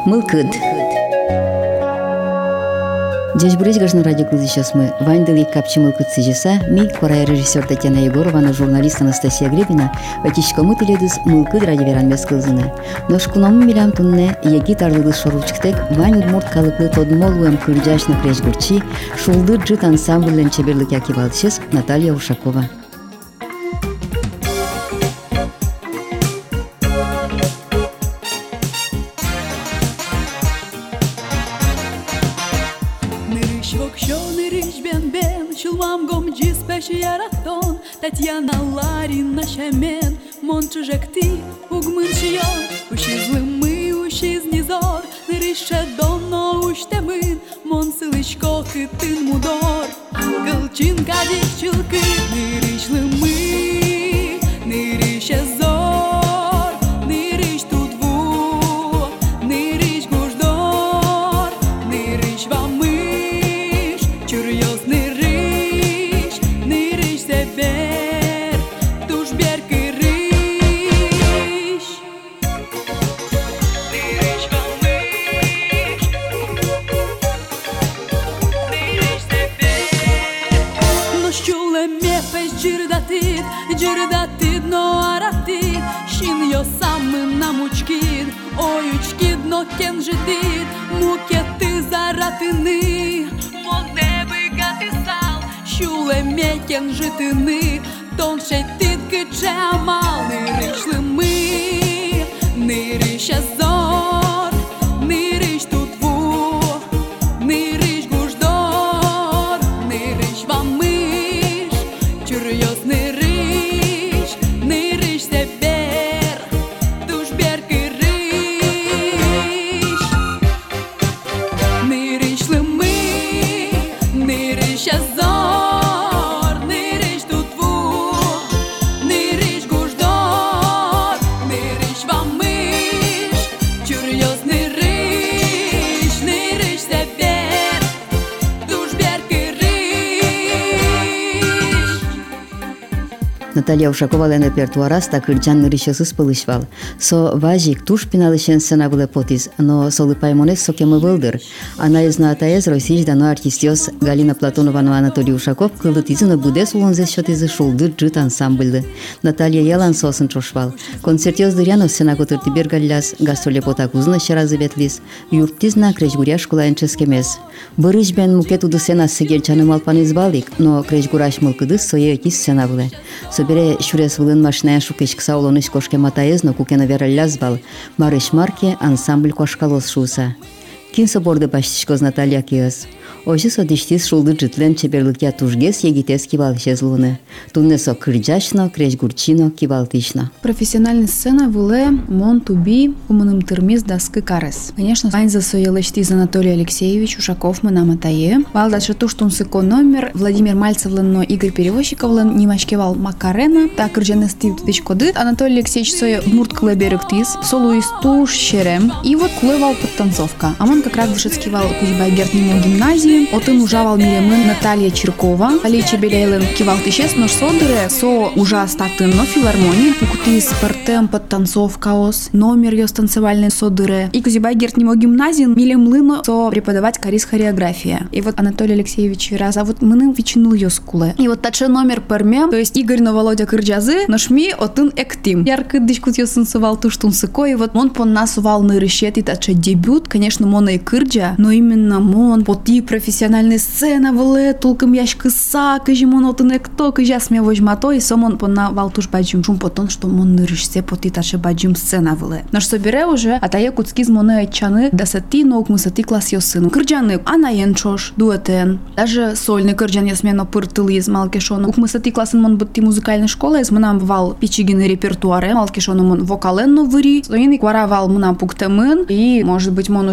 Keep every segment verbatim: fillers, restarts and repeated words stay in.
Мылкыд. Здесь брызг гажны радио клуб сейчас мы. Вайндели капчи мылкыд сижеса. Ми корая режиссер Татьяна Егорова, на журналист Анастасия Гребина. Ватичкому теледус мылкыд радиоверан без кылзыны. Ношкуному милям тунне еги тарлыдыс шоручтек. Вайн удмурт калыклы тодмолуем кырджаш на крежгурчи. Шулды джит ансамблен чеберлык яки валчес Наталья Ушакова. Татьяна Ларина шемен, мончужекти, угмынчион, ущизлы мы, ущизнизор, нырыша донно уштемын, монсылычко хытын мудор, гылчин кадик чулкы, нырышлы мы, нырыша зор, нырыш тутву, нырыш гуждор, нырыш вамыш, чурьёз нырыш, нырыш себе. Джирдатид, но аратид, шин йо самын намучкид, ой учкид, но кен жидид, мукеты заратыны, монебы гатысал, шуле мекен житыны, тон шейтид кыче амал, нырышлы мы, нырыш азор, нырыш тутву, нырыш гуждор, нырыш вамыш, чурьёз нырыш. Наталья Ушакова лена пертуарас так кырджан нырышасыз пылышвал. Со важик туш пиналышен сена было потиз, но со лыпаймонес со кемы вылдыр. Анализ на атаез росич дано артистиос Галина Платонова но Анатолий Ушаков кылдытизына будес улонзес шотизы шулдыр джит ансамбльды. Наталья ялан сосын чошвал. Концертиос дырянов сена котырты бергалляс, гастроле потакузына шаразы ветлис, юрттизна крежгуряш кулайынчыз кемес. Бырыш бен мукетуды сена сыгерчаным алпаниз балдик, но крежгураш мылкыдыс сое екис сена было. Собере шурес вылын машиная шукеш ксаулоныш кошке матаезно кукена вераллязвал, марыш марке ансамбль кошкалос шуса. Кин соборды паштишкоз Наталья киос. Ожи со диштис шулды джитлен чеберлыкя тужгес егитес кивалчез луны. Тунне со кырджашно, крежгурчино, кивалтишно. Профессиональная сцена вуле мон туби умыным тырмиз даскы карес. Конечно, ванза соелыштиз Анатолий Алексеевич Ушаков мы нам атае. Валда шатуш тунсыко номер Владимир Мальцевлен, но Игорь Перевозчиковлен немачкевал Макарена. Так кырджаны стив тыч коды. Анатолий Алексеевич соя мурт клеберыктиз. Солуис туш щерем. И вот клевал подтанцовка. А он как раз вышецкивал Кузьбай Гертнему гимназии. Отын ужавал милемын Наталья Чиркова, Али Чебелейлен кивал тысяч, но содыре со ужас татын, но филармонии, пукути спортем подтанцовка ос, номер ее танцевальной содыре. И Кузибай Гертнему гимназии милемлыно со преподавать карис хореография. И вот Анатолий Алексеевич раз, а вот мыным вичинул ее скулы. И вот таче номер пермем, то есть Игорь но Володя Кырджазы, но шми отын эктим. Ярко дышкут ее сенсовал туш тунсыко, и вот он по насувал на решет и таче дебют, конечно, мона и Кырджа, но именно мон по ти профессиональная сцена, воле, толком яшка са, кажем он отын экто, кажа смя возьмато, и сам он по на валтуш баджим шум потом, что мон нырышсе по ти таче баджим сцена воле. Но что бере уже, а тая куцкиз моне чаны, да сати ног мусати класс ее сыну. Кырджаны, ана енчош, дуэтен, даже сольный кырджан ясмено пыртыл из малкешона. Ух мусати классен мон бути музыкальной школы, из мнам вал пичигины репертуаре, малкешона мон вокаленно выри, слоины кваравал мнам пуктемын, и может быть мон уже асме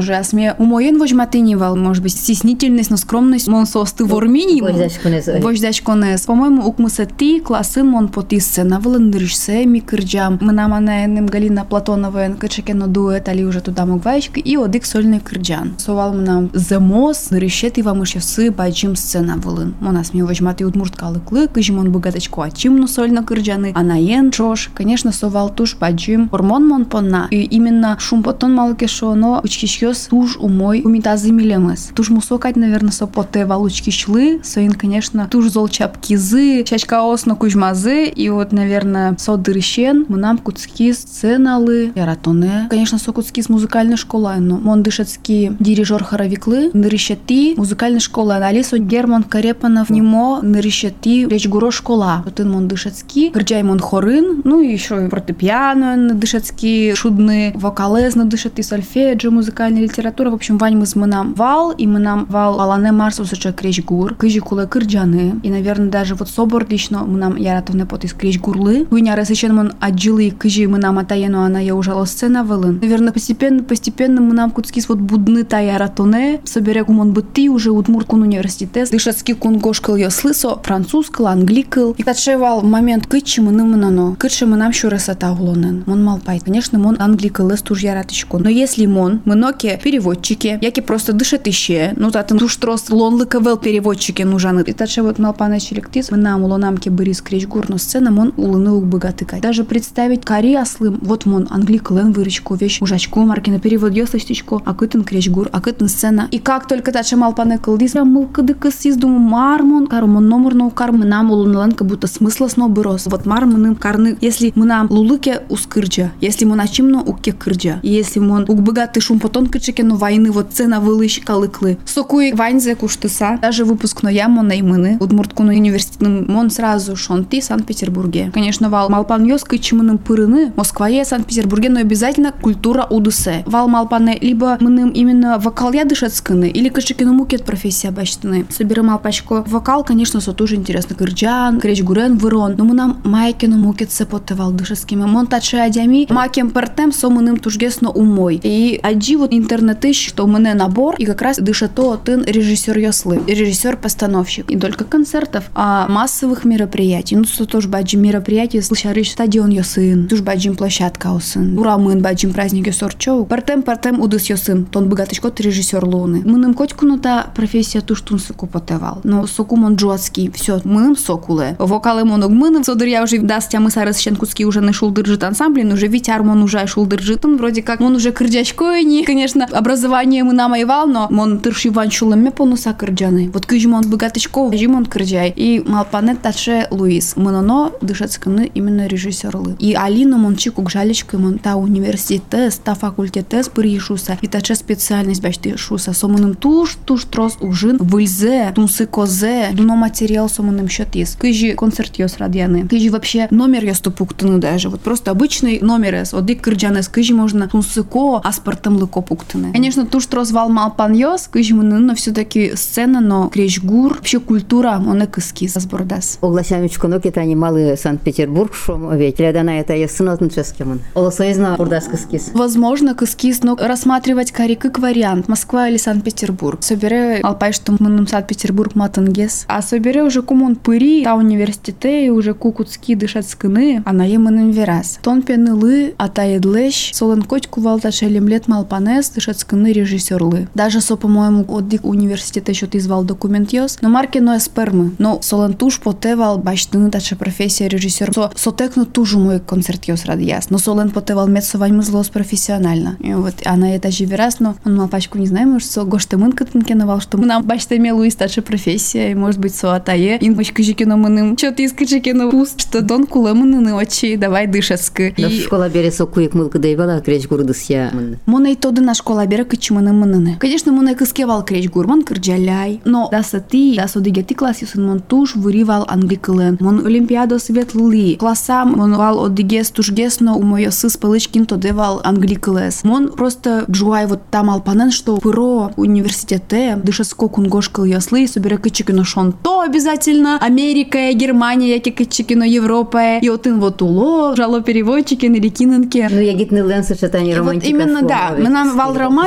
плане умоен вожматыни вал, может быть, стеснительность, но скромность, мон состы в Армении. Вождачконез. По-моему, укмысати классын мон потисцена, валандыришсе, микрджам. Мы нам анаенным Галина Платонова, качекено дуэт, али уже туда мугвайчик, и одик сольный кырджан. Совал мы нам замос, нарещет и вам еще сы, баджим сцена валын. Монас мне вожматы удмурт калыклы, кыжим он богаточку ачим, но сольно кырджаны, анаен чош. Конечно, совал туш баджим, ормон мон понна. И именно шум потон малкешо, но учкищёс туш умой умитазы милемес. Туш мусокать, наверное, сопоте валучки шлы, соин, конечно, туш золчапкизы, чачкаос на кужмазы, и вот, наверное, содырщен, мы нам куцки сценалы, яратоне. Конечно, со куцки с музыкальной школой, но мон дышецкий дирижер хоровиклы, нырищати, музыкальная школа, Алисо Герман Карепанов, немо, нырищати, речь гуро школа. Вот он мон дышецкий, грджай мон хорын, ну и еще и фортепиано на дышецкий, шудны, вокалез на дышети, сольфеджио, музыкальная литература. В общем, вань мы с мы нам вал, и мы нам вал алане марс усача кречь гур, кыжи куле кырджаны. И, наверное, даже вот собор лично мы нам яратовне потис кречь гурлы. Хуйня разыщен мон аджилы, кыжи мы нам атаену, она я ужала сцена вылын. Наверное, постепенно, постепенно мы нам куцкис вот будны та яратоне, собереку мон быты уже удмурткун университет, дышецкий кун гошкал я слысо, французскал, англикал. И катшевал момент кычи мы нам нано, кычи мы нам шуресата улонен. Мон малпайт. Конечно, мон англикал лес туж яраточку. Но если мон, мы ноки переводчики, яки просто дышат ище, ну татым туж трос лон лыковел переводчики нужаны. И таче вот малпана челектис, мы нам улонамки бырис кречь гурну сцена, мон улыны угбыгатыкать. Даже представить кари аслым, вот мон англикал эн вырычку, вещь ужачку, маркина перевод ёслочтичку, а кытын кречь гур, а кытын сцена. И как только таче малпана калдис, я мылкадыкас издуму мармон, кармон номерно кармы нам улынлан, как будто смысла снобырос. Вот мармыным карны, если мы нам лулыке ускырджа, если мы начимно уке кырджа, и если мон угбыгаты шум потон кычеке, но войны вот цена вылыщ калыклы. Сокуй ваньзе куштыса, даже выпускно я мон наймыны, удмурткуну университетным мон сразу шонти Санкт-Петербурге. Конечно, вал малпан ёскай чимыным пырыны, Москвае, Санкт-Петербурге, но обязательно культура удусе. Вал малпане либо мыным именно вокал я дышецканы, или кычекину мукет профессия бачтыны. Соберы малпачко вокал, конечно, со тоже интересно. Кырджан, кречь гурен, вырон, но мы нам майкину мукет сепотевал дышецкими. Мон таче адями, макем пертем со мыным тужгесно умой. И аджи вот интернетыш, что мне набор, и как раз дышато тын режиссер ёслы, режиссер-постановщик. И только концертов, а массовых мероприятий. Ну, что тоже баджим мероприятий, слышарыш стадион ёсын, туж баджим площадка ёсын, урамын баджим праздник ёсорчоу, пертем пертем удыс ёсын, тон богатычкот режиссер луны. Мыным котькуну та профессия туштун соку потевал. Но соку мон джуацкий, все, мыным сокуле. Вокалы моног мыным, содыр я уже дастя мы сарыс щенкутский уже нашел держит ансамбль, но уже витяр мон уже шел держит, он вроде как, он уже кырджачкой, не, конечно, образование мы намаевал, но мон тырши ванчулем me понуса кырджаны. Вот кыжмон богатычков, кыжмон кырджай. И малпанет таче Луис. Мыноно дышецканы именно режиссерлы. И Алина мончик угжалечкой мон та университет, та факультетес пыришуса. И таче специальность бачты шуса. Сомыным туш, туш трос ужин, выльзе, тунсы козе, дуно материал сомыным счетис. Кыжи концерт ёс радьяны. Кыжи вообще номер ёс тупуктыны даже. Вот просто обычный номер эс. Одик кырджанес. Кыжи можно тунсы ко, аспартам лыко пуктыны. Конечно, туш трос вал малпан ёс, кыжи мыны, но все-таки сцена, но кречгур, вообще культура, он эскиз разбордас. Огласямичко, но кита малы Санкт-Петербург, шо ведь рядана это я сынотн ческемон. Олосоизна бурдас эскиз. Возможно, эскиз, но рассматривать кари как вариант, Москва или Санкт-Петербург. Собере алпай, что мы Санкт-Петербург матангес, а собере уже кумон пыри, та университете, уже кукутски дышат скыны, а на емыным верас. Тон пенылы, а та едлещ, солен котьку валташе лемлет малпанес, дышат скыны режиссерлы. Даже со, по-моему, от университета еще ты звал документ ёс, но марки но спермы. Но солен туш потевал, бачтыны таче профессия режиссер. Со сотекну тужу мой концерт ёс радьяс. Но солен потевал мецовань мызлос профессионально. И вот она это же верас, но он малпачку не знаю, может, со гоштемын катынкеновал, что мы нам бачте мелу из таче профессия, и может быть со атае. Ин бачка жикино мыным, чё ты искачекино пуст, что дон кулемыны очи, давай дышецкы. Да школа бере сокуек мылка даевала, кречь гурдыс я. Мона тоды на школа бере кычмыны мыныны. Конечно, мона кыскевал кречь гурман кырджаляй, но да сати, да содигети класс юсын мон туш выривал англикылен. Мон олимпиадо светлы. Классам мон вал одигес тушгесно у моё сыс пылычкин то девал англикылес. Мон просто джуай вот там алпанен, что пыро университете дышецко кунгошкал яслы, собере кычекино шон то обязательно Америка, Германия, яки кычекино Европа, и отын вот уло, жало переводчики, неликиненки. Ну я гитны лен сочетание романтика. Вот именно, да, мы нам вал романтики,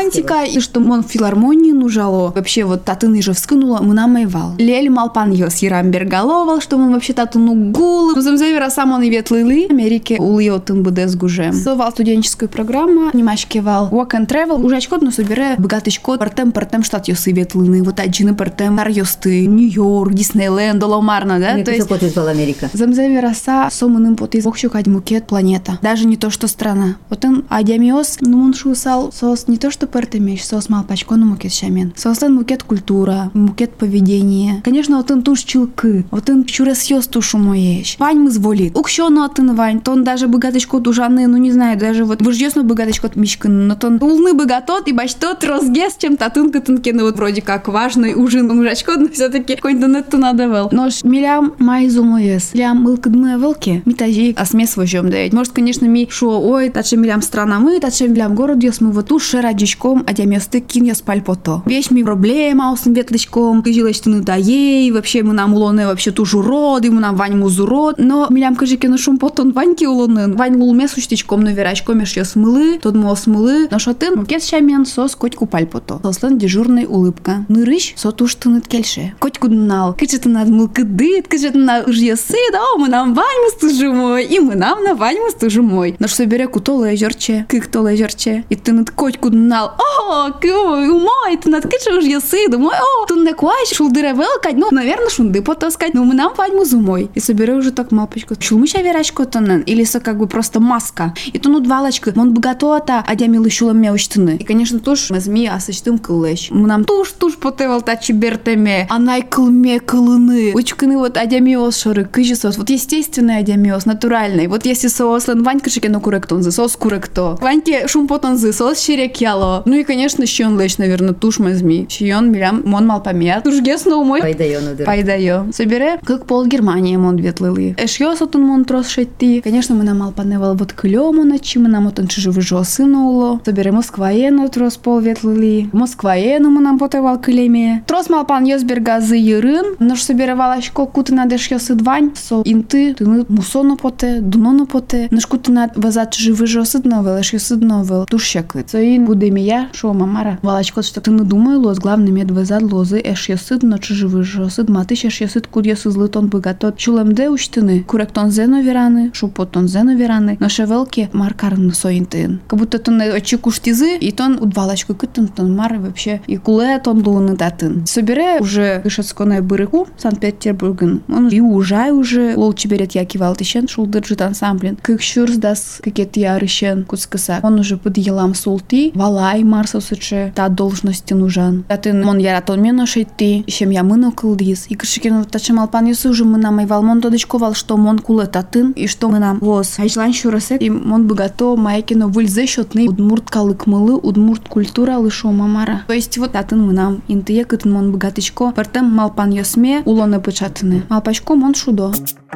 романтика, и что он в филармонии нужало. Вообще вот татыны же вскинула, мы намайвал. Лель малпан ее с Ирамберголовал, что он вообще татуну гул. Ну, замзавера сам он и ветлылы. Америке улиотын буде с гужем. Совал студенческую программу, немашкивал. Walk and travel. Ужачкот, но собере богатычко. Партем, партем, штат ёсы ветлыны. Вот один партем. Тарьёсты, Нью-Йорк, Диснейленд, Доломарна, да? Мне то есть... потизвал Америка. Замзавера са, сомыным потиз. Вокщук адьмукет планета. Даже не то, что страна. Вот он адямиос, ну он шусал сос не то, что партемеш, сос малпачко, но мукет шамен. Сос мукет культура, мукет поведение. Конечно, вот он туш чилки, вот он чурасьёс тушу моешь. Вань мы зволит. Укщёно от он вань, то он даже богаточко дужаны, ну не знаю, даже вот выждёсно богаточко от мишкан, но то он улны богатот и бачтот розгес, чем татынка тынки, ну вот вроде как важный ужин ужачко, но всё-таки какой-то нетто надавал. Но ж милям майзу моес, лям мылкадмыя велки, митажи, а смес вожём даять. Может, конечно, ми шо, ой, таче милям страна мы, таче милям город ёс мы вот уж радичком, а дямёсты кин ёс пальпото. Вещь ми проблема, осм ветличком, кыжилочтыны даей, вообще мы нам улоны вообще туж уроды, мы нам вань музурод, но милям кажи кину шум потон ваньки улонын, вань лулме суштичком, но верачком еш ёс мылы, тот мы ос мылы, но шотын, мукет шамен сос котьку пальпото. Сослен дежурная улыбка. Нырыш, со туш тынет кельше. Котьку нал, кычет над мылкы дыт, кычет на уж ёсы, да, мы нам вань мы стужимой, и мы нам на вань мы стужимой. Но что бере кутолы ожерче, кык толы ожерче, и ты над котьку нал, о, кой, умой, ты над кычет уж ёсы, думай, о, тут не кваш, шулдыре велкать, ну, наверное, шунды потаскать, ну, мы нам вань мы зумой. И собере уже так малпочку, шулмыша верачку тонен, или со как бы просто маска. И то ну двалочка, он богатота, а дямилы шулам мяучтыны. И, конечно, туш мы змея, а сочтым кылэч. Мы нам туш-туш потевал тачи бертеме, а най кылме кылыны. Учканы вот адямиос шоры, кыжисос, вот естественный адямиос, натуральный. Вот если соослен ванька шикено куректонзы, сос куректо. Ваньке шумпотонзы, сос щирек яло. Ну и, конечно, щион лэч, наверное, туш мы зми. Щион милям, мон мал помят. Туш гесно умой. Пайдайо надыр. Пайдайо. Собере, как пол Германии мон ветлылы. Эшьёс отон мон трос шетти. Конечно, мы нам мал паневал вот клёмо начи, мы нам отон чижевы жосыно уло. Собере Москваену трос пол ветлылы. Москваену мы нам потевал клеме. Трос мал пан ёсберга зы ерын. Нож собере валачко куты надеш ёсы двань. Со инты, тыны мусоно поте, дуноно поте. Нож куты над вазат чижевы жосыдно вел, эш ёсыдно вел. Туш щекыт. Соин буде мия, шо мамара. Валачко, что ты не думай лоз, главный мед вазат лозы, эш ёсыдно чижевы жосыд, матыш эш ёсыд куд ёсы злытон богатот. Чулем де уштыны. Куректон зено вераны, шупотон зено вераны. Но шевелки маркарын соин тын. Как будто тон очекуштизы, и тон удвалачку кытын, тон мары вообще. И куле тон луны датын. Собере уже кышецконой бырыку Санкт-Петербурген. Он и ужай уже лолчи берет яки валтыщен, шулдыржит ансамблен. Кык шурс дас какет ярыщен куцкаса. Он уже под елам султи, валай марсосыче, та должности нужан. Татын мон яратон мено шейти, чем я мыно кылдис. И кышекен тачемал пан юсы уже мы нам айвал мон тодочковал, что мон куле татын, и что мы нам воз. Айчлан шурасек, и мон богато майкино выльзе счетный удмурт калык мылы, удмурт культура лышо мамара. То есть вот татын мы нам интые кытын мон богатычко, партем мал пан ёсме, улоны печатаны. Малпачко мон шудо.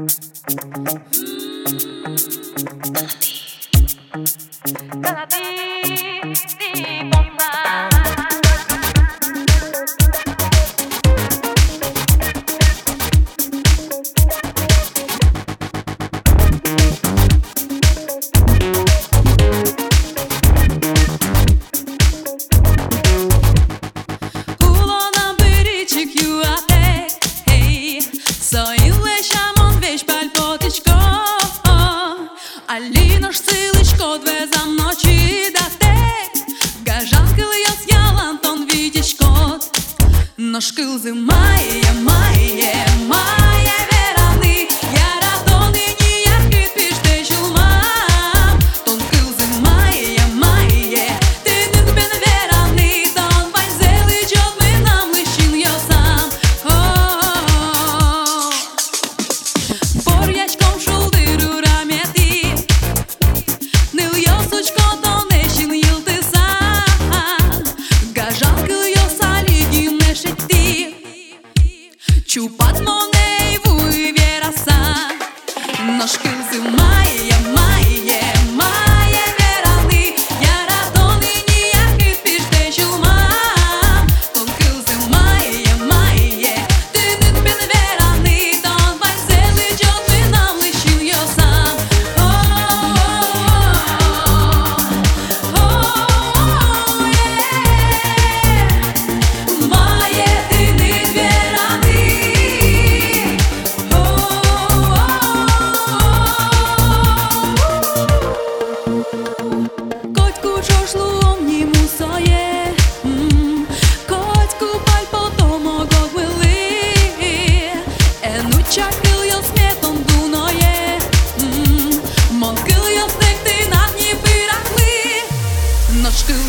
Алина ж циличко две за мночі дате, гажанкили яс ялантон вітічкот, ножкил зимає, має, має верани, яратони ніяки піште чулмам, тонкил зимає, має, ти не збен верани, тон бань зеличот ми нам личин йосам, борячком шулдиру рамети, Nil yosочко то нешин йылтыса, гажанкы йосали гимнешетти. Чупат моней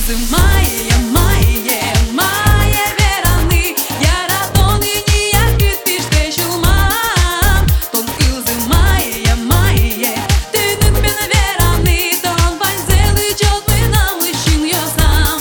кылзы майя, майя, майя вераны, яратоны ния күтпиште шулмам. Тон кылзы майя, майя, тынып мен вераны, тон ванзелы чотны нам лышин ёсам.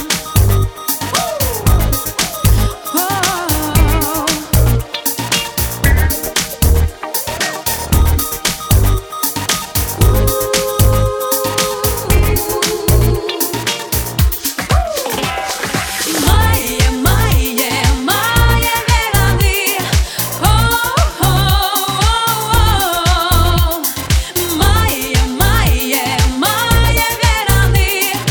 Майя, майя, майя вераны, майя, майя, майя вераны,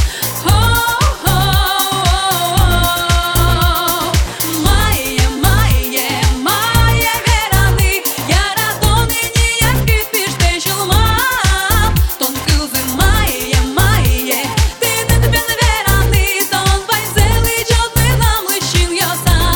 майя, майя, майя вераны, яратоны ния күтпиште шулмам. Тон кылзы майя, майя, тынып мен вераны, тон ванзелы чотны нам лышин ёсам.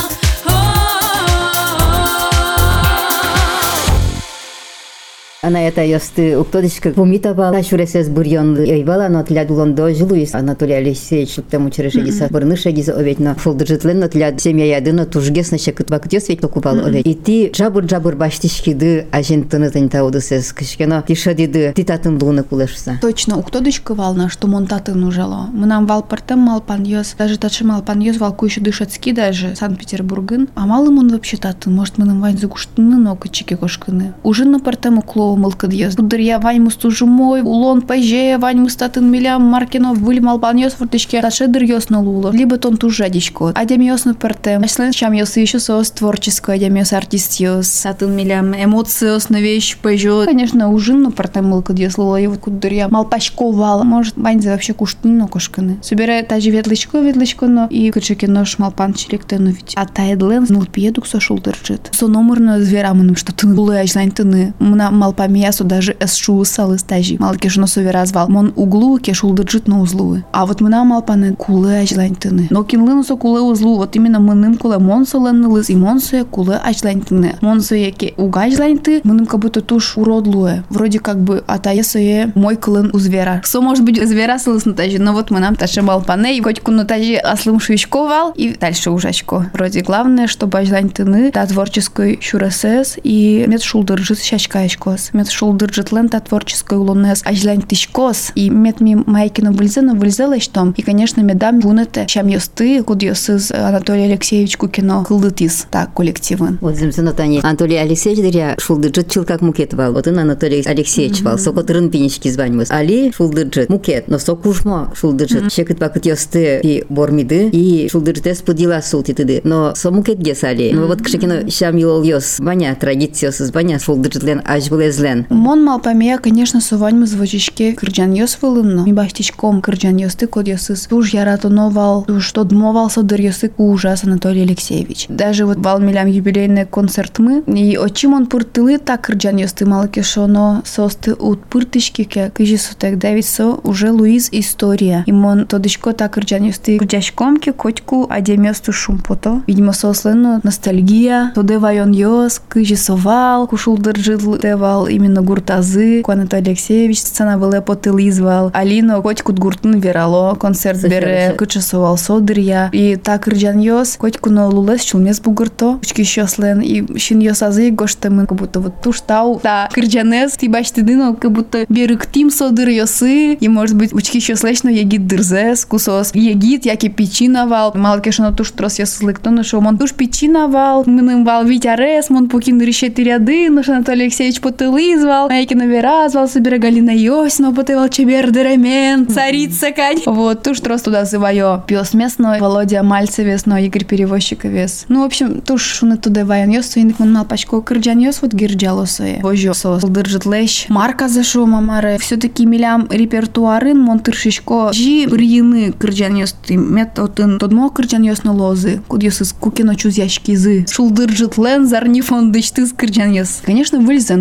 Ана это ёсты уктодишка помитава шуресес бурьон ойвала, но тля дулондо жилуис Анатолий Алексеевич тому черешегиса бурнышегиса оветно фолдыжитлен, но тля семья ядына тужгесна шекыт вакытёс ведь покупал овет. И ти жабыр-жабыр баштишкиды ажентыны таудысес кышкено тишадиды титатын луны кулешса. Точно, уктодочка вална, что монтатын ужало. Мы нам вал партем мал паньёс, даже тачи мал паньёс валку еще дышацки даже Санкт-Петербургын. А малым он вообще татын, может мы нам вань загуштыны, но кычики кошкыны. Уже на партем укло мылка дьёс. Будыр я вань мустужу мой, улон пайже, вань мустатын милям маркино, выль мал паньёс форточке, ташедыр ёс на луло. Либо тон тужадичко. Адям ёс на партем. Ачлен чам ёс еще сос творческое, адям ёс артист ёс. Сатын милям эмоции ёс на вещь пайжо. Конечно, ужин на партем мылка дьёс луло. И вот кудыр я мал пачковал. Может, баньзе вообще куштыны, но кошкыны. Собирает тажи ветлычко, ветлычко, но и кычеки нож мал пан челектену ведь. А тайдлен нул пьедук сошел дыржит. Со номерно зверамыным, что ты лулы ажлань тыны. Мна мал памиясу даже эсшу салы стажи. Мал кешно сове развал. Мон углу кешул дыржит на узлу. А вот мна мал паны кулы ажлань тыны. Но кинлыну со кулы узлу. Вот именно мыным кулы монсо леннылыз и монсо кулы ажлань тыны. Монсо яке уга ажлань ты, мыным как будто туш уродлуе. Вроде как бы атаесое мой клын у звера. Со может быть звера сылыс на тажи, но вот мы нам таши мал паны и хоть куну тажи аслым швичковал и дальше ужачко. Вроде главное, чтобы ажлань тыны та творческой щурасес и мет шул дыржит щачкаешкос. Мет шул дыржит лен та творческой улонес ажлань тышкос и мет ми майкину выльзена выльзела штом. И конечно медам вунете чем ёсты, куд ёсыз Анатолий Алексеевич кукино кылдытис так коллективын. Вот земсенотани Анатолий Алексеевич дыря шул дыржит чил как мукет вал. Вот он Анатолий Алексеевич вал. Сокотырын пинички званьмыз. Али шул дыржит мукет, но сокушмо шул дыржит. Шекыт пакыт ёсты пи бормиды и шул дыржитес подила султитыды. Но со мукет гесали. Ну вот кшекино щам ёл ёс. Баня традициёсыз баня шул дыржитлен аж былезлен. Мон мал памея, конечно, суваньмыз звучичке кырджан ёс вылынно. Ми баштичком кырджан ёсты код ёсыз. Туж яратоновал, туж тодмовал содыр ёсы ужас Анатолий Алексеевич. Даже вот вал милям юбилейный концерт мы. И очим он пыртылы так кырджан ёсты мало кешоно состы от пыртышкике. Кыжи сутек Дэвид со уже Луиз история. И мон тодычко так кырджан ёсты кырджашкомке котьку адем ёсту шумпото. Видимо сосленно ностальгия. Тоде вайон ёс, кыжи совал, кушул дыржил девал именно гуртазы. Ку Анатолий Алексеевич сцена выле потылизвал. Алина котьку гуртын верало. Концерт бере кычы совал содырья. И так кырджан ёс котьку но лулес чулмес бугырто. Учки щослен и щин ёсазы гошты мы как будто вот туштау. Да кырджанес ти баштыды, но как будто берык тим содыр ёсы. И может быть учки щослечно егит дырзес кусос. Егит яки печиновал. Мало кешно туш трос ёсызлык. То шо мон туш печиновал. Мыным вал витярес. Мон покин решеты ряды. Наш Анатолий Алексеевич потылызвал. Майкина веразвал. Собира Галина Ёсьно потывал чебер дыремен. Царица кань. Вот туш трос туда зываю. Пёс местной. Володя Мальцевес, но Игорь Перевозчиковес. Ну, в общем, туш шуны туда ваян ёс. Виник мон мал пачко кырджан ёс. Вот гирджало сое. Божо сос. Дыржит лещ. Марка зашу мамаре. Все-таки милям репертуарын мон тыршишко. Жи брьины кырджан ёс. Мет отын тодмо кырджан ёс на лозы. Куд ёсыз кукино чуз яшкизы. Шул дыржит лен зарни фондыч тыз кырджан ёс. Конечно, выльзено пыртыч.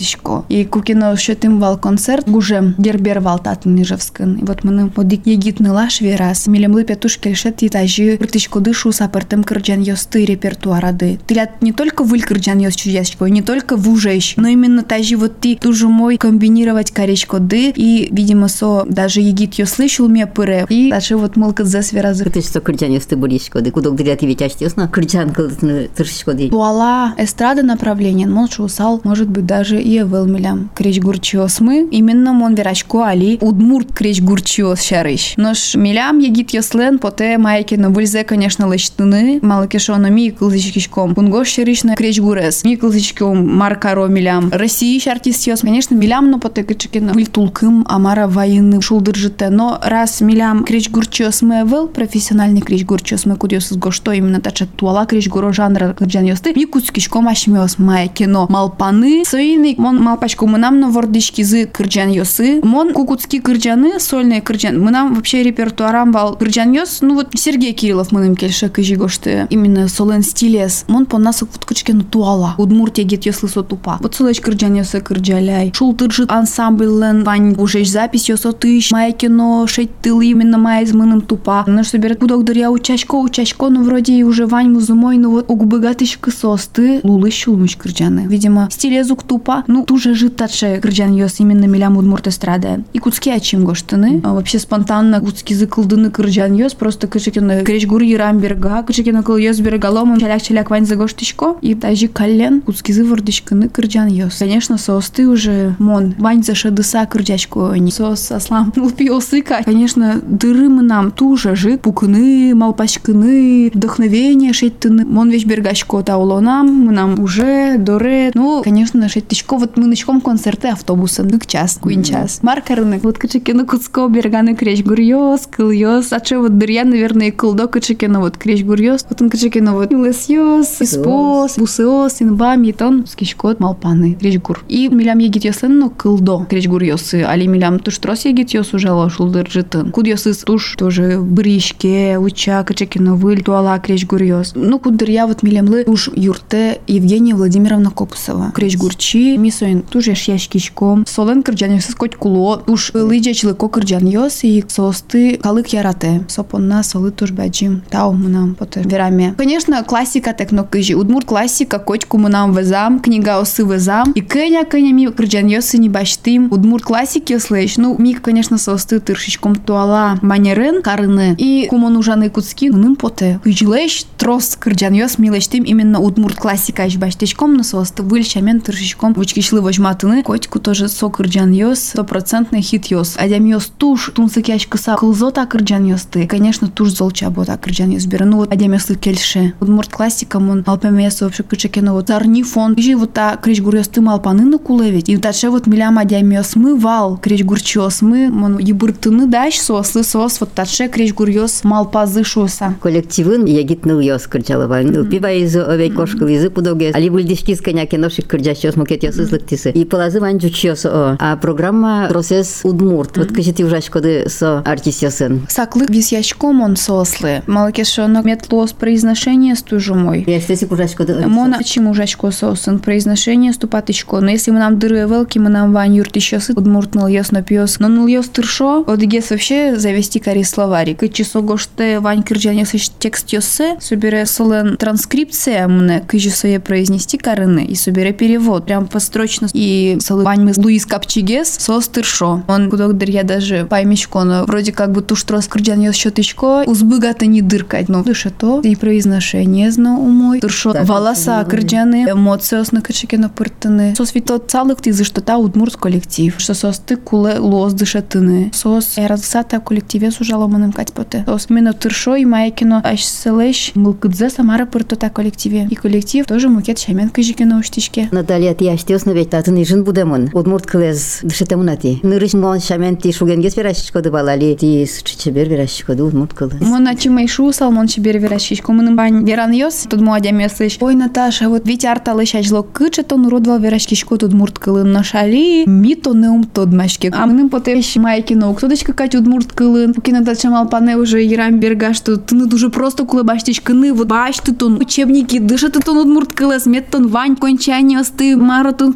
тишко. И кукино щетым вал концерт уже гербер вал татын нижевскин. И вот мы подик егитны лаш верас. Милемлы петушки лишет и тажи пртышко дышу сапертем кырджан ёсты репертуарады. Тылят не только выль кырджан ёс чудесечко, не только вужещ, но именно тажи вот ты тоже мой комбинировать коречко ды. И, видимо, со даже егит ё слышал мне пыре. И даже вот мылка за сверазы. Ты что кырджан ёсты буришко ды. Кудок дырят и ведь астёсно кырджан кылдысны тыршечко ды. Туала эстрада направление. Он шусал, может быть, даже и эвелмилям. Кречь гурчиос мы. Именно мон верачко али удмурт кречь гурчиос шарыш. Нож милям егит ёслен поте майки на выльзе, конечно, лыштыны. Малакешона ми кылзичкишком. Пунгош шарышна кречь гурес. Ми кылзичком маркаро милям. России артист ёс. Конечно, милям, но поте кычекина выльтулкым амара военный шулдыржите. Но раз милям кречь гурчиос мы эвел, профессиональный кречь гурчиос мы кудёс из го, что именно тача туала кречь гуро жанра кырджан ёсты. Ми куцкишком ашмёс май кино малпаны. Соиный мон малпачку мы нам на вордички зы кырджан ёсы. Мон кукуцки кырджаны, сольные кырджан. Мы нам вообще репертуарам вал кырджан ёс. Ну вот Сергей Кириллов мы нам кельше кыжигошты. Именно солен стилес. Мон по нас вот кучкину туала. Удмуртия гет ёслы со тупа. Вот солеч кырджан ёсы кырджаляй. Шул тыржит ансамбль лен вань уже запись ёсо тыщ. Май кино шесть тыл именно май из мы нам тупа. Наш соберет будок дыря учачко учачко. Ну вроде и уже вань музумой. Ну вот угубыгатышка состы. Лулы щулмыч кырджаны. Видимо, стилезук тупа. Ну, туже житаче кырджан ёс именно милям удмурт эстрада. И куцки очим гоштыны. А вообще спонтанно куцки зыкылдыны кырджан ёс. Просто кычекина кречь гуры рамберга. Кычекина кыл ёс берегалом. Чаляк-чаляк вань за гоштычко. И даже колен куцки зывырдычканы кырджан ёс. Конечно, состы уже мон. Вань за шадыса кырджачко. Сос аслам лупиосыка. Конечно, дыры мы нам туже жит. Пукны, малпачкыны, вдохновение шейтыны. Мон вещь бергачко таулонам. Мы нам уже доре. Ну, конечно, шейтычко. Вот мы начком концерты автобусом. Дык час, куин час. Маркарны. Вот кычекина куцко берганы кречь гурьёс, кыл ёс. А че вот дырья, наверное, кылдо кычекина вот кречь гурьёс. Вот он кычекина вот лес ёс, испос, бусеос, инбам, етон, скичкот, малпаны, кречь гур. И милям егит ёслен, но кылдо кречь гурьёсы. Али милям туш трос егит ёс ужало шулдыр житын. Куд ёсыс туш тоже бришке, уча, кычекина выль, туала кречь гурьёс. Ну, куд дырья вот милямлы уж юрте Евгения Владимировна Копусова. Кречь гурчи, мисоин туж яшьяшкичком. Солен кырджан ёсыс коть куло. Уж лыджачылы ко кырджан ёс и состы калык ярате. Сопонна солы туж баджим. Тау мы нам поте вераме. Конечно, классика техно кыжи. Удмурт классика котьку мы нам везам, книга осы везам. И кэня кэня ми кырджан ёсы не баштим. Удмурт классики ёслэш. Ну, ми, конечно, состы тыршичком туала манерен карыны. И кумон ужаны куцки ным поте. Кыжилэш трос кырджан ёс милэштим именно удмурт классика иш баштечком, но состы выль шамен тыршичком. Вучкишлы вожматыны. Котьку тоже со кырджан ёс. Стопроцентный хит ёс. Адям ёс туш тунсыкяч кыса кылзота кырджан ёсты. Конечно, туш золча бота кырджан ёс бере. Ну вот адям ёслы кельше. Удмурт классика мон алпамеса вообще кычекена вот царни фон. Ижи вот та кречь гурьёсты малпаныны кулевить. И таше вот милям адям ёс мы вал кречь гурчёс мы мон ебыртыны даш сослы сос вот таше кречь гурьёс малпазы шоса. Коллективын ягит ныл ёс кырджалова. Ныл пива изы овей кошкыл изы пудоге. Али бульдишки с коняки ношик кырджаш ёс мукет ёс излыктисы. И полазы вань жуч ёс о. А программа процесс удмурт. Вот кычети ужашкоды со артист ёсын. Саклы висяшком он сослы. Малакешонок метлос произношение стужумой. Я стесик ужашкоды. Мона чим ужашко сосын произношение ступатычко. Но если мы нам дыры велки, мы нам вань юрт еще сы удмурт ныл ёс но пьёс. Но ныл ёс тыршо. От гес вообще завести кари словари. Кычи согоште вань кырджан ёсыш текст ёсе. Собере солен транскрипция мне кычи своє произнести карыны. И собере перевод. Прям построчно. И солы вань мы Луис Капчигес сос тыршо. Он кудок дырья даже паймечко. Но вроде как бы туш трос кырджан ёс щётычко. Узбыгата не дыркать. Но дыше то. И произношение зно умой. Тыршо волоса кырджаны. Эмоции осна кычекена пыртыны. Сос вито цалык ты за что та удмурт коллектив. Что сос ты куле лос дышатыны. Сос эразсата коллективе сужало маным катьпоте. Сос именно тыршо и майкино аш селещ мылкыдзе самара пыртота коллективе. И коллектив тоже мукет шамен кыжикена уштичке. Наталья ты яштёсно ведь татын ижин будемон. Удмурт кылез дышатемунати. Нырыш мон шамен ти шугенгес верашичкоды балали. Ти сычебер верашичкоды удмурт кылез. Мон ачимай шусал мон чебер верашичко. Мыным бань веран ёс. Тут муадям ёслыш. Ой, Наташа, вот ведь арталыш ажло кычетон уродвал верашкичко тут мурт кылын нашали. Мито неум тодмашке. А мыным потеш майкино. Ктодочка кать удмурт кылын. Кина тачамал пане уже ерам берга, что ты дуже просто кулебаштичкыны. Вот баш ты тон учебники. Дышат ты тон удмурт кылез. Меттон вань кончание осты. Маротон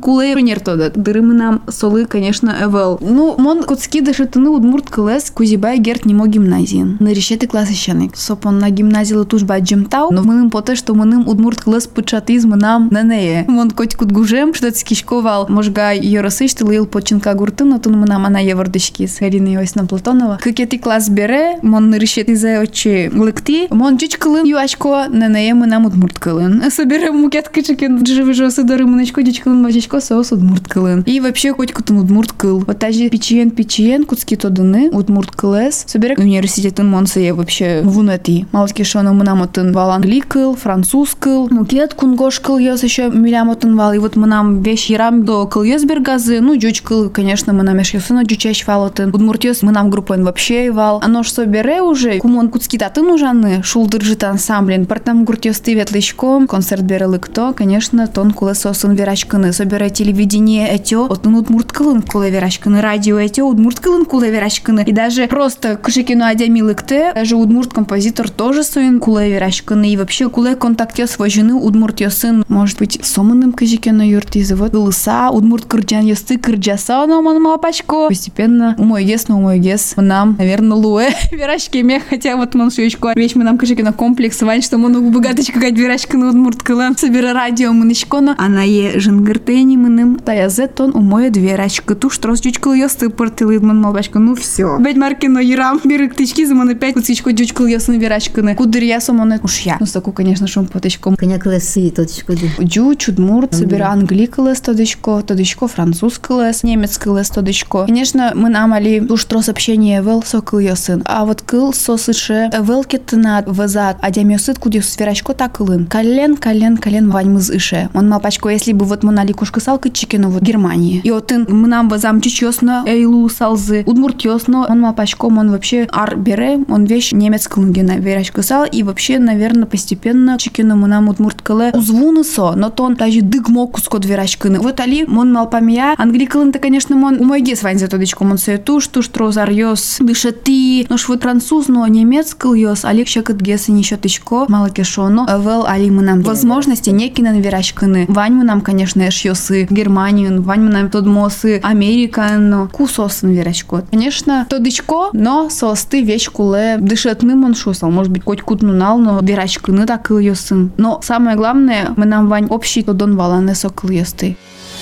кулей нертода. Дырымы нам солы, конечно, эвел. Ну, мон коцки дешетыны удмурт кылес Кузибай герт нимо гимназиин. На решеты классы щанык. Сопон на гимназилы туш баджим тау, но мыным поте, что мыным удмурт кылес пычатизмы нам ненее. Мон коть кутгужем, что цкишковал, можга еросыш, ты лил починка гурты, но тун мынам она евардышки с Галиной Иосифовной Платонова. Какети класс бере, мон на решеты за очи лыкти, мон чичкалын юашко, ненее мынам удмурт кылын. Соберем мукет кычекин, живы жосы дары мыночко, дичкалын мачечко, соус удмурт кылын. И вообще коть кутун удмурт кыл. Вот даже пичиен пичиен, куцки тодыны, удмурт кылес. Соберем университетын монсые вообще вунети. Малки шоно мынам отын вал англи кыл, француз кыл, мукет кунгош кыл ёс еще милям отын вал. И вот мынам вещь ярам до кыл ёс бергазы, ну джуч кыл, конечно, мынам еш ёсыно джучеш вал отын. Удмурт ёс мынам группен вообще вал. Оно ж собере уже, кумон куцки татын ужаны, шулдыржит ансамблин, партам гурт ёс ты ветлычком, концерт берелы кто, конечно, тон кулесосын верачканы. Собере телевидение этё, отын удмурт кылын куле верачканы, радио этё, удмурт кылын куле верачканы. И даже просто кышикину адямилыкте, даже удмурт композитор тоже своин куле верачканы. И вообще куле контакте свой жены удмурт ёсын, может быть, соманым кышикину юрти завод лыса, удмурт кырджан ёсты кырджаса, но ман малапачко. Постепенно умой гес, но умой гес, нам, наверное, луэ верачки мех, хотя вот ман шуечко, вещь мы нам кышикину комплекс, вань, что ману богаточка какая верачканы удмурт кылын. Собира радио мынычконо, она е жингыртени мыным, тая зеттон умой дверачка, туш трос чучкал ёсты портилы ман малапачко, ну все. Бедь маркино ярам, бирык тычки за маны пять куцичко чучкал ёсны верачканы, кудыр я сомоны уж я. Ну соку, конечно, шум потычком. Коня клесы тодичко ди. Джу чудмурт, собира англи кылес тодичко, тодичко француз кылес, немец кылес тодичко. Конечно, мы намали туш трос общение вел со кыл ёсын. А вот кыл сосыше вел кетына вазат, адям ёсыт кудюс верачко так кылын. Кален, кален, кален вань мыз ише. Он малапачко, если бы вот мы нали кушка салка чикину вот Германии. И вот мы нам вазам чичёсно эйлу салзы, удмурт ёсно, он малапачко, он вообще ар бере, он вещь немец кылынгена верачко сал. И вообще, наверное, постепенно чикину мы нам удмурт кылы узвуны со, но то он даже дыгмо куско дверачкыны. Вот али, мон малпамия, англи кылын-то, конечно, мон умойгес вань за тодичко, мон сое туш, туш трозар ёс, дышати, но ж вот француз, но немец кыл ёс, али щекот гесы не щеточко, мало кешоно, вел али мы нам возможности некина верачкыны. Вань мы нам, конечно, эш ёсы Германию, вань мы нам тодмосы Америка, но кусос на верачко. Конечно, тодичко, но состы вещь куле дышетны мон шусал, может быть, хоть кутнунал, но верачкыны так кыл ёсын. Но самое главное, мы нам вань общий тодон валане со кыл ёсты.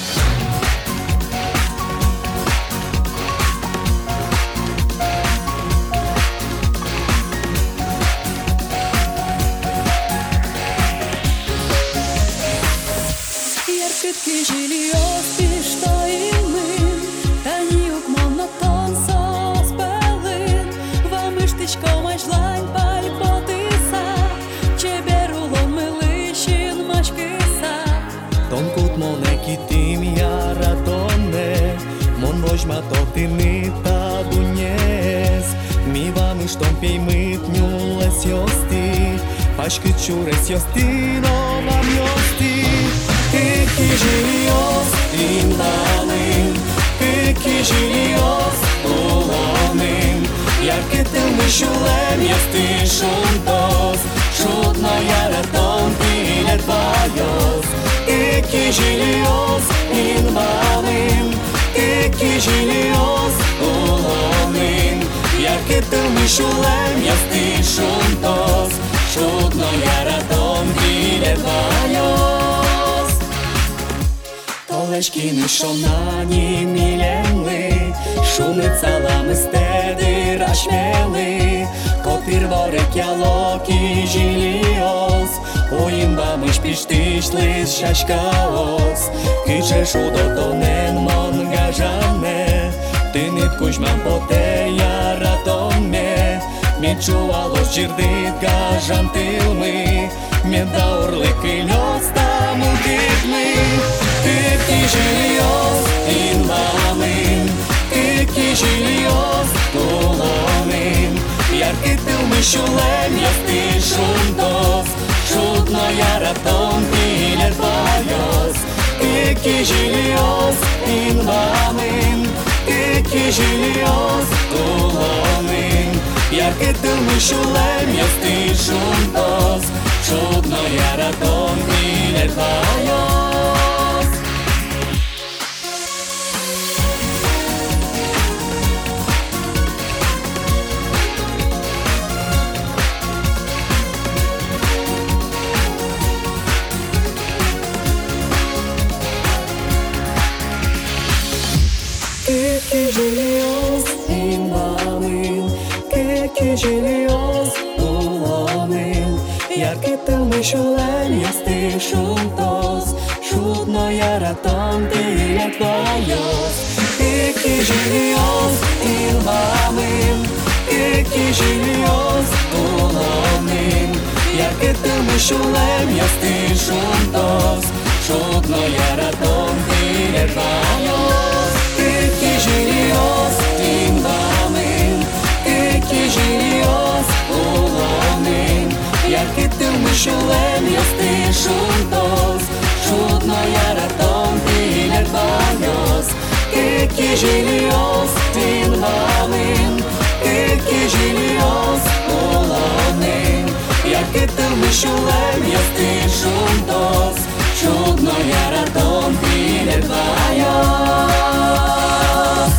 Paški čures josti, no vam josti. Kiki žilios in lalin, kiki žilios ulomin. Jarke telmi šulem josti šuntos, šutno jaraton pilet vajos. Kiki žilios in lalin, kiki žilios ulomin. Jarke telmi šulem josti šuntos, Шутно яратон билет вайос. Толешкины шонани миленли, шумны цалам стеды рашмели. Котир ворек ялоки жилиос, Оим бамыш пиштишлис шашкаос. Киче шудотонен мон гажане, Ты нит кушман поте яратон ме. Мечуалос чирдит гажан тилми, Медаурлыки лёс там утитми. Кики жилиос ин ламин, Кики жилиos туломин. Ярки тилми шулем ясти шунтос, Шутно яратон билет вайос. Kiki жилиos ин ламин, Kiki жилиos туломин. Ярке тылмы шулем ясти шунтос, Шутно яратон билет вайос. Кижелиос улонин, яркий тылмый шулем ясты шунтос, шутно яратон тилет вайос. Кижелиос илмамин, кижелиос улонин, яркий тылмый шулем ясты шунтос, шутно яратон тилет вайос. Кижелиos илмамин, кижелиos улонин, яркий тылмый шулем ясты шунтос, шутно яратон тилет вайос. Кижелиos илмамин, кижелиos улонин, яркий тылмый шулем ясты шунтос, шутно яратон тилет вайос.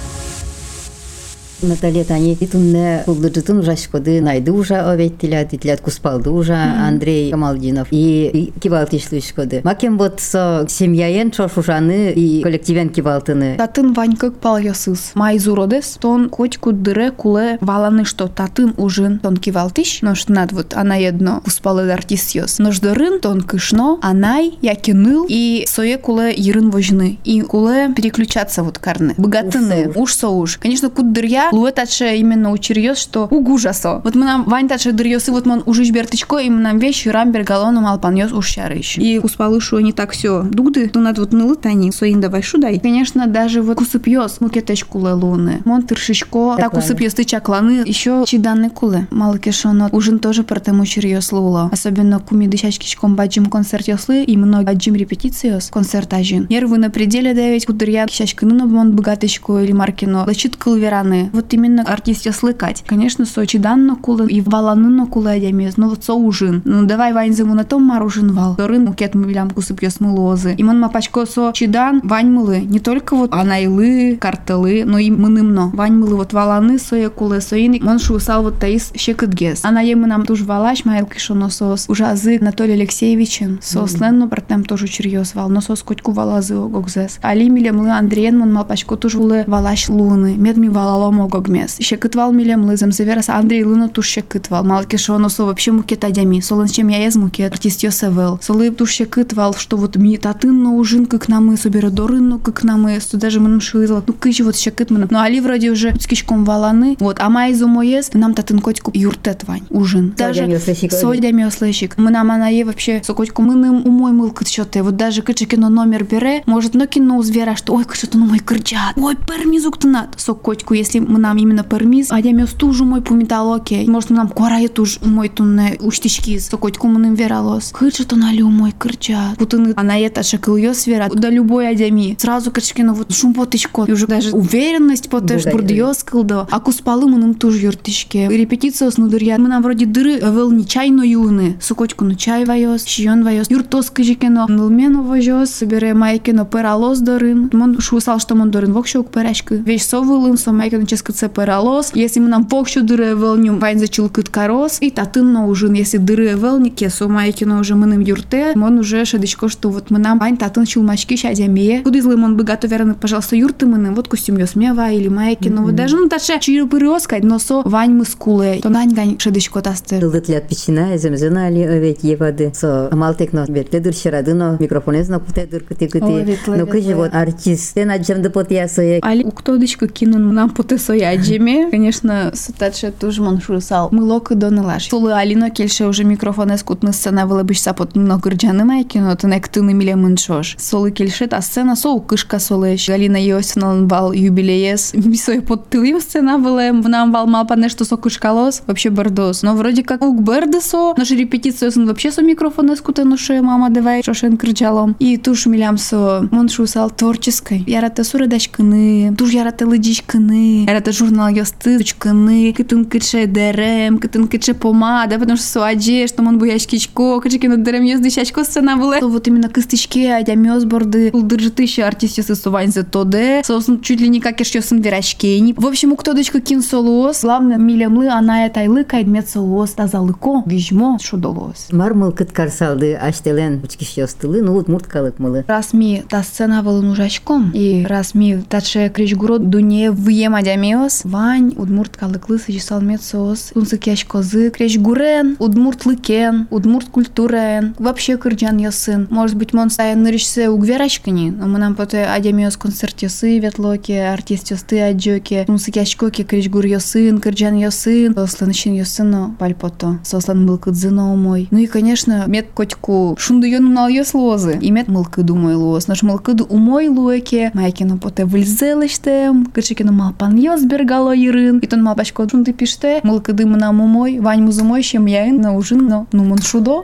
Наталья Тани, итунне улдыжытын ужашкоды найды ужа оветтилят, итлят куспалды ужа Андрей Камалдинов и кивалтишлышкоды. Макем вот со семьяен чош ужаны и коллективен кивалтыны. Татын ванькык палйосыз. Майзуродес, тон котьку дыре куле валаны, что татын ужин тон кивалтиш, но что над вот она едно куспалы артистьос. Но ждырын тон кышно, анай, якиныл и сое куле ерын вожны. И куле переключаться вот карны. Богатыны, уж со уж. Конечно, куд дырья луэ таче именно учерьёс, что угужасо. Вот мы нам вань таче дырьёсы, вот мон ужиш бертычко, и мы нам вещи рамбер галоном алпаньёс ушарыш. И куспалышу они так все дугды, то над вот нылы тани, соин давай шудай. Конечно, даже вот кусыпьёс, мукетеч куле луны. Мон тыршичко, так кусыпьёс ты чакланы, еще чиданны куле. Мало кешоно, ужин тоже про тему учерьёс лула. Особенно куми дышачкичком баджим концерт ёслы, и много баджим репетициёс, концерт ажин. Нервы на пределе давить, кудырья кищачка, ну, мон богатычко или маркино, лачит кылвераны. Вот именно артист слыкать. Конечно, сочи данно кулы и валаны на кулы адямез, но вот со ужин. Ну давай вань зиму на том маружин вал. Торын мукет мы вилям кусыпьёс мылозы. И мон мапачко со чидан вань мылы. Не только вот анайлы, картелы, но и мынымно. Вань мылы вот валаны сое кулы соин. Мон шусал вот таис щекытгез. Она ему нам туж валаш майл кишоно сос. Ужазы Анатолий Алексеевичен. Сос ленно братем тоже чурьёс вал. Но сос котьку валазы огогзес. Али милем лы Андреен мон мапачко туж улы валаш луны. Медми валалом огогмес. Щекытвал милем лы замзаверас Андрей лыно туж щекытвал. Мал кишоно со вообще мукет адями. Солон чем я ез мукет артист ёсевел. Солы туж щекытвал, что вот ми татын на ужин как намы собередорын, ну как намы. Даже мы нам шилызла. Ну кыч вот щекыт мы. Ну али вроде уже с кишком валаны. Вот, а майзу моез нам татын котику юртет вань ужин. Даже содями ослещик. Мы нам анае вообще со котику мы нам умой мыл кычоте. Вот даже кыче кино номер бере, может но кино узвера, что ой кыче ну мой кырчат. Ой пермизук тнат. Со котику, если мы нам именно пермиз, а дями стужу мой по металлоке. Может мы нам корае туж мой тунне уштички. Со котику мы нам вералос. Кыче то налю мой кырчат. Вот он она это шакыл ё свера. Да любой адями. Сразу кыче кино вот шумпотычко. И уже даже уверенность потеш бурдьёс кылдо. А куспалы мы нам туж юртычке. Репетиция с нудырья. Мы нам вроде дыры вел не чайно юны. Со котику ну чай вайос, чион вайос. Юртос кыче кино. Нылмено вожос. Собере майкино пералос дорын. Мон шусал, что мон дорын вокшок перачка. Вещь совылын, со майкино ческаться пералос. Если мы нам вокшу дыры вел нюм вайн зачилкыт корос. И татын но ужин. Если дыры вел нике, со майкино уже мы нам юрте. Мон уже шедычко, что вот мы нам вайн татын чилмачки щадямие. Куды злый мон бы готовер, пожалуйста, юрты мы нам. Вот костюм ёсмева или майкино. Вот даже ну таше чиру пырёскать, но со вань мы скуле. То нань гань шедычко тастер. Лытлят печина, земзена ли овет евады. Со малтекно бертедыр щерадыно микрофонезно путедыр кыты-кыты. Ну кыжи вот артист. Ты над чем-то потясое. Али уктодычко кинун нам потесоя аджеме. Конечно, сатаче тоже мон шурсал. Мы лока донылаш. Солы алино кельше уже микрофонез кутны сцена была бы сапот но гырджаны майкино. То нектыны миле мыншош. Солы кельше та сцена со укышка солэш. Галина Йосифовна вал юбилеес. Мисой под тылым сцена была. В нам вал мал пане что со кышкалос. Вообще бардос. Но вроде как ук бердесо. Наша репетиция сон вообще со микрофонез кутны ноши мама давай шошен кричалом. И туш милям со мон шусал творческой. Ярата сурадачканы. Туш ярата лыдичканы. Ярата журнал ёстычканы. Кытын кыче дерем. Кытын кыче помада. Потому что со аджи, что мон буяшкичко. Кычеки на дерем ёздычачко сцена была. Вот именно кыстычке, адя мёсборды. Улдыржытыща артисте сосуваньзе тоде. Сосын чуть ли не как ещё сын верачкени. В общем, уктодочка кин солос. Главное, милемлы, она это айлы кайдмет солос. Тазалыко, вижмо, шудолос. Мармыл кыт карсалды аштелен учкиш ёстылы. Ну вот мурткалык мылы. Раз ми та сцена валын ужачком. И раз ми таче кричгуро дуне вьем адями Меос, Вань, удмурт калыклы сычисал мецос, тунсык ящ козы, крещ гурен, удмурт лыкен, удмурт культурен, вообще кырджан ясын. Может быть, мон саян нырышсе угверачкани, но мы нам поте адемиос концерт ясы, ветлоки, артист ясты аджоки, тунсык ящ коки, крещ гур ясын, кырджан ясын, сослан ищен ясыно, пальпото, сослан был кыдзыно умой. Ну и, конечно, мет котику шунду йонунал яс лозы, и мет мылкы думай лоз, наш мылкыду умой луэке, майкино поте выльзелыштем, кырчикино малпан яс бергало ирын, и тон малпачко шунды пиште, мылкыды мынам умой, вань музумой, чем яин на ужин, но ну мон шудо.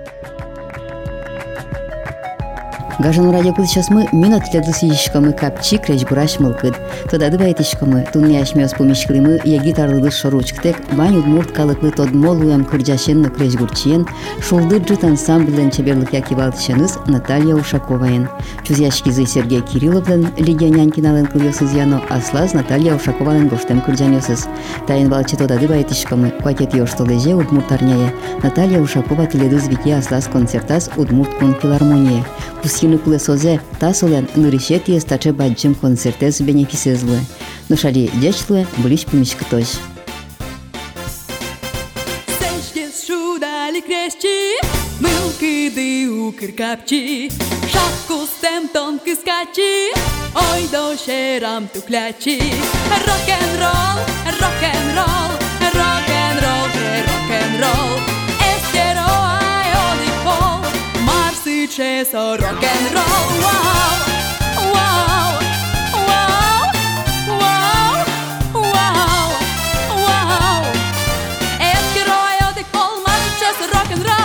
Гажану радио мы минут ледуси ишкамы капчи крещ гураш мылкыд. Тода дыбайт ишкамы, тунни ашмеос помишкылымы, яги тарлыды шоручктек, вань удмурт калыклы тод молуям кырджашенны крещ гурчиен, шулдырджит ансамбльден чеберлык якивалтышаныз Наталья Ушаковаен. Чузяшкизы Сергей Кирилловден, Лидия Нянькинален кыльосыз яно, аслаз Наталья Ушаковален гоштем кырджанёсыз. Тайын балчы тода дыбайт ишкамы, куакет ёштолеже удмурт арняе. Наталья Ушакова теледыз вики аслаз концертаз удмурт кун филармония. Пускину созе тасолен нырышет естаче баджим концертез бенефисезлы. Но шари дечлы блищ помишкатож. Сечдес шудали крещи, мылкыды укркапчи, шапку стем тонкий скачи, ой до шерам туклячи. Рок-н-ролл, рок-н-ролл, рок-н-ролл, рок-н-ролл. Эскеро айоник пол, марсы чесо рок-н-ролл. Вау, вау, вау, вау, вау, вау. Эскеро айоник пол, марсы чесо рок-н-ролл.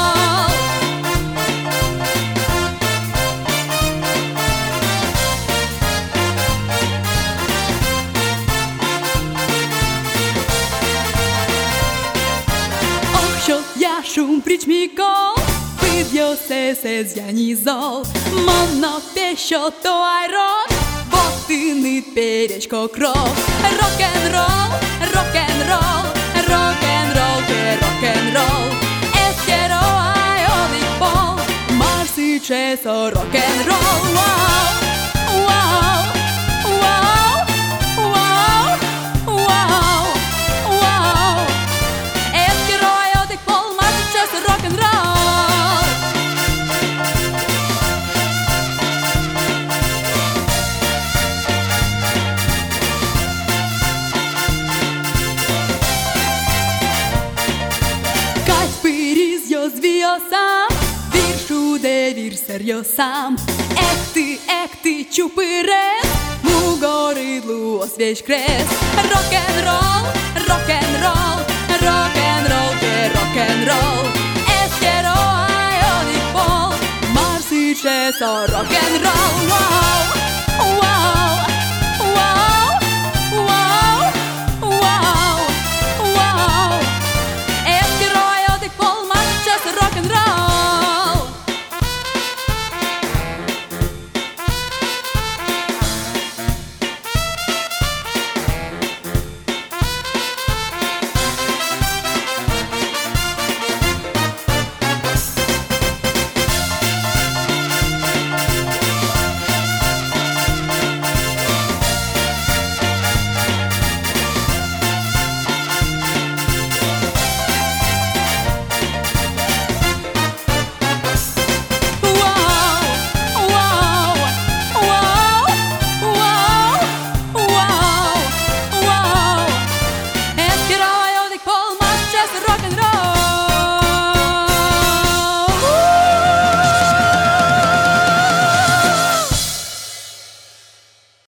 Шум причмикол, выдьёсе се зянизол, монно пещё то айрок, ботыны перечко кров. Рок-н-ролл, рок-н-ролл, рок-н-ролл, рок-н-ролл. Эскеро айоник пол, марсы чесо рок-н-ролл. Вау, вау, вау, вау, вау, вау. Эскеро айоник пол, марсы чесо рок-н-ролл. Звиосам, виршу де вир серьосам. Эх ты, эх ты, чупырес, мугорыдлу освещ крест. Рок-н-ролл, рок-н-ролл, рок-н-ролл, рок-н-ролл. Эскеро айоник пол, марсы чесо рок-н-ролл.